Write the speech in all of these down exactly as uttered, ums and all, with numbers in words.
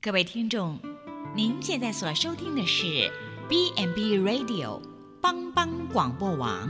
各位听众，您现在所收听的是 B and B Radio 帮帮广播网。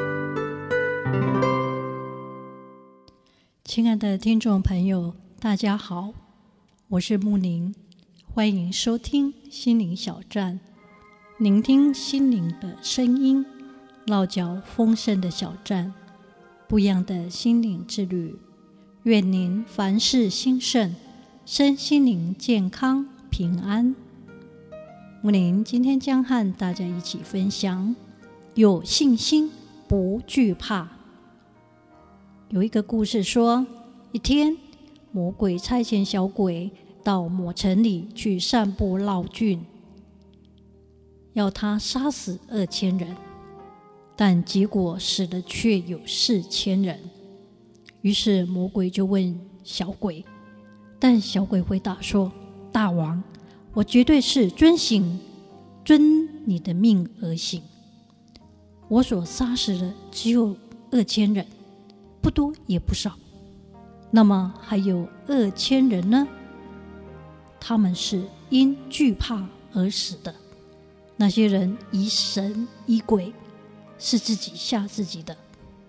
亲爱的听众朋友，大家好，我是木宁，欢迎收听心灵小站，聆听心灵的声音，落脚丰盛的小站，不一样的心灵之旅。愿您凡事兴盛，身心灵健康平安。木宁今天将和大家一起分享有信心不惧怕。有一个故事说，一天魔鬼差遣小鬼到某城里去散布闹菌，要他杀死二千人，但结果死的却有四千人。于是魔鬼就问小鬼，但小鬼回答说，大王，我绝对是遵行遵你的命而行，我所杀死的只有二千人，不多也不少，那么还有二千人呢？他们是因惧怕而死的，那些人疑神疑鬼，是自己吓自己的。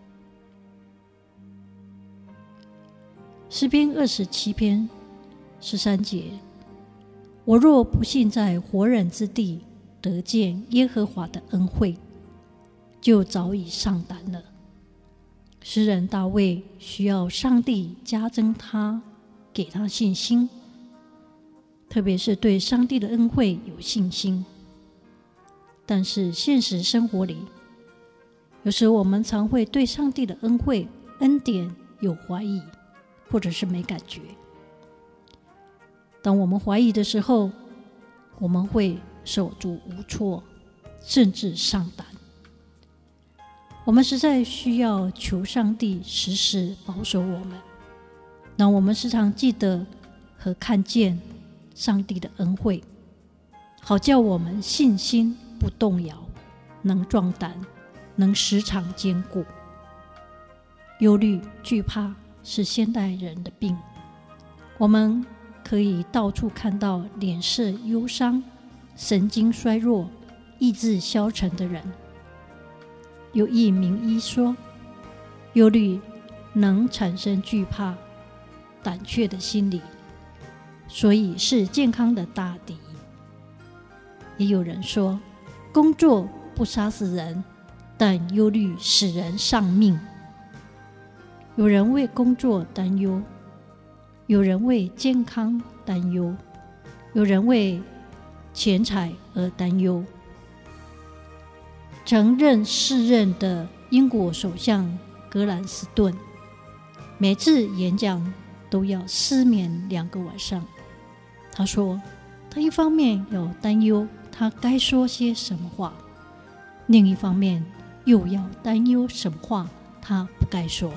诗篇二十七篇十三节，我若不幸在活人之地得见耶和华的恩惠，就早已丧胆了。诗人大卫需要上帝加增他，给他信心，特别是对上帝的恩惠有信心。但是现实生活里，有时我们常会对上帝的恩惠恩典有怀疑，或者是没感觉。当我们怀疑的时候，我们会手足无措，甚至丧胆。我们实在需要求上帝时时保守我们，让我们时常记得和看见上帝的恩惠，好叫我们信心不动摇，能壮胆，能时常坚固。忧虑惧怕是现代人的病，我们可以到处看到脸色忧伤、神经衰弱、意志消沉的人。有一名医说，忧虑能产生惧怕、胆怯的心理，所以是健康的大敌。也有人说，工作不杀死人，但忧虑使人丧命。有人为工作担忧，有人为健康担忧，有人为钱财而担忧。曾任四任的英国首相格兰斯顿，每次演讲都要失眠两个晚上。他说，他一方面要担忧他该说些什么话，另一方面又要担忧什么话他不该说。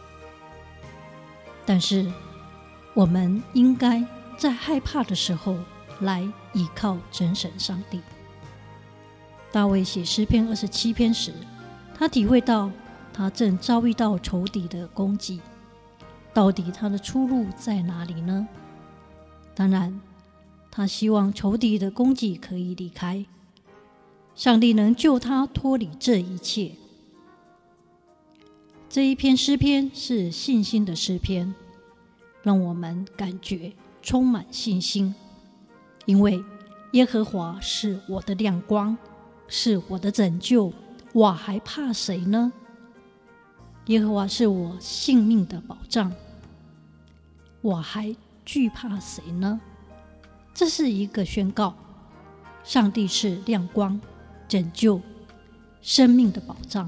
但是我们应该在害怕的时候来倚靠真神上帝。大卫写诗篇二十七篇时，他体会到他正遭遇到仇敌的攻击，到底他的出路在哪里呢？当然，他希望仇敌的攻击可以离开，上帝能救他脱离这一切。这一篇诗篇是信心的诗篇，让我们感觉充满信心，因为耶和华是我的亮光，是我的拯救，我还怕谁呢？耶和华是我性命的保障，我还惧怕谁呢？这是一个宣告，上帝是亮光、拯救、生命的保障，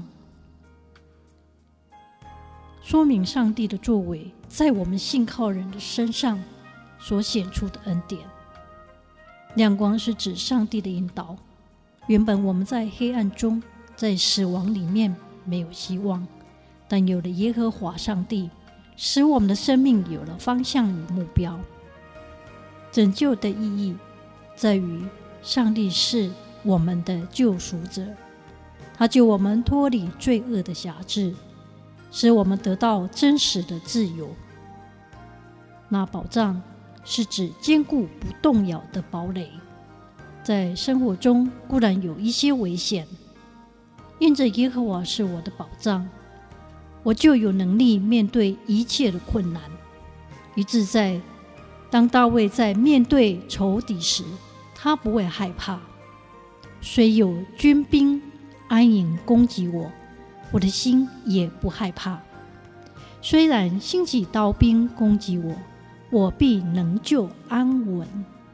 说明上帝的作为在我们信靠人的身上所显出的恩典。亮光是指上帝的引导，原本我们在黑暗中，在死亡里面没有希望，但有了耶和华上帝，使我们的生命有了方向与目标。拯救的意义在于上帝是我们的救赎者，他救我们脱离罪恶的辖制，使我们得到真实的自由。那保障是指坚固不动摇的堡垒。在生活中固然有一些危险，因着耶和华是我的保障，我就有能力面对一切的困难。以致在当大卫在面对仇敌时，他不会害怕。虽有军兵安营攻击我，我的心也不害怕。虽然兴起刀兵攻击我，我必能就安稳。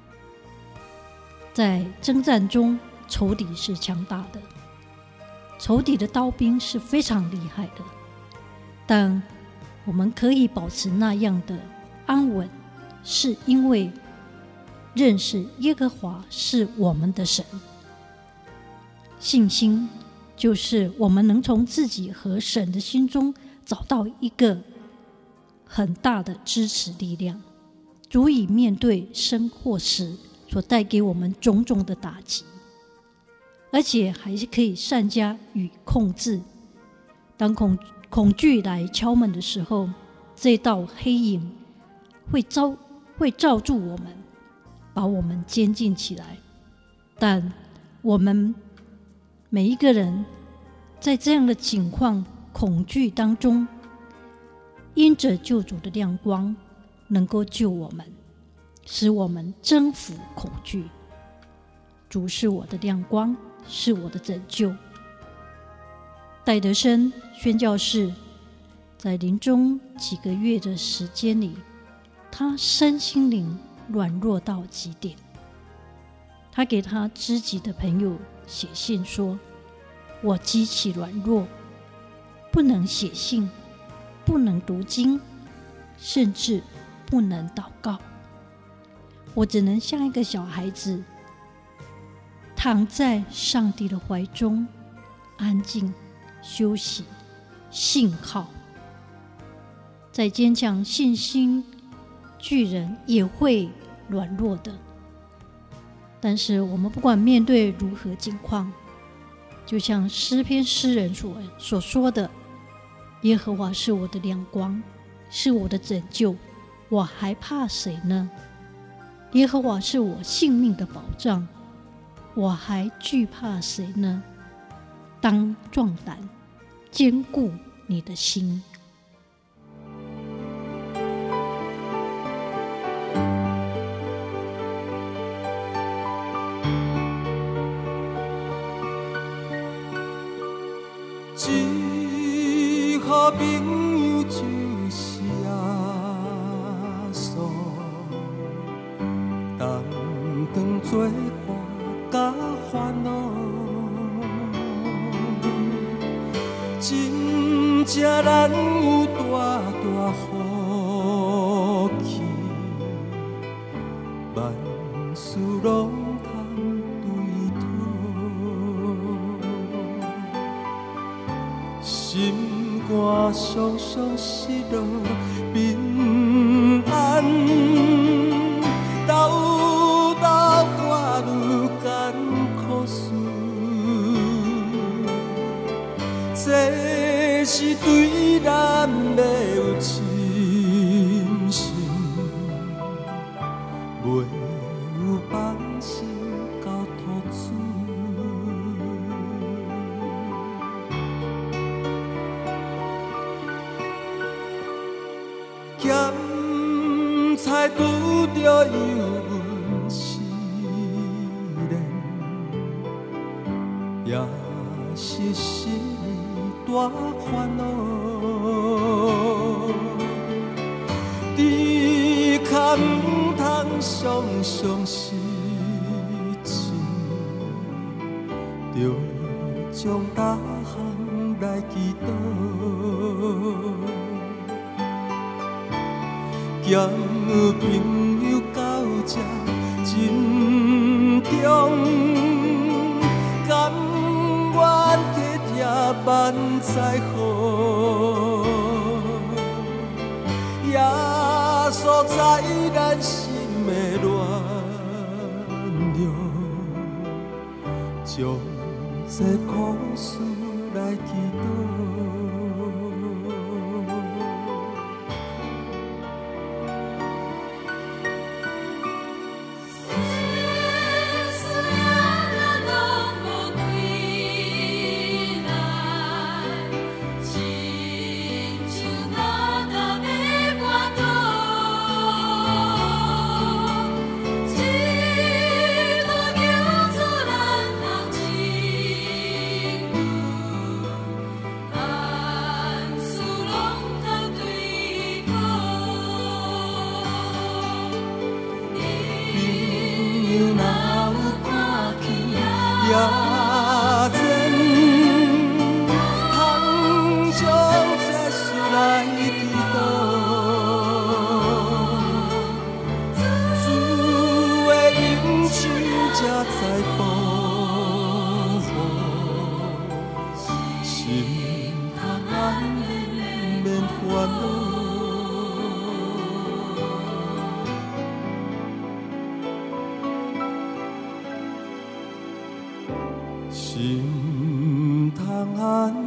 在征战中，仇敌是强大的，仇敌的刀兵是非常厉害的，但我们可以保持那样的安稳，是因为认识耶和华是我们的神。信心就是我们能从自己和神的心中找到一个很大的支持力量，足以面对生或死所带给我们种种的打击，而且还是可以善加与控制。当 恐, 恐惧来敲门的时候，这道黑影会罩会罩住我们，把我们监禁起来。但我们每一个人在这样的情况恐惧当中，因着救主的亮光能够救我们，使我们征服恐惧。主是我的亮光，是我的拯救。戴德生宣教士在临终几个月的时间里，他身心灵软弱到极点。他给他知己的朋友写信说，我极其软弱，不能写信，不能读经，甚至不能祷告。我只能像一个小孩子，躺在上帝的怀中，安静休息，信靠。在坚强信心，巨人也会软弱的。但是我们不管面对如何境况，就像诗篇诗人 所, 所说的，耶和华是我的亮光，是我的拯救，我还怕谁呢？耶和华是我性命的保障，我还惧怕谁呢？当壮胆，坚固你的心。 一好朋友就是耶稣，同当作伴甲烦恼，真正咱有大大福气，万事拢通对讨。心肝常常失落平安，斗斗挂愈艰苦事，这是对咱要有信心，袂有放心交托主。咸菜拄着油温思念，也是心大烦恼。只可唔通常常失志，着将大项来祈祷。咸朋友到这真重，甘愿体贴万载好，耶稣在咱心的软弱，将这苦事来祈祷。 手才知保护，心通安宁免烦恼。心通安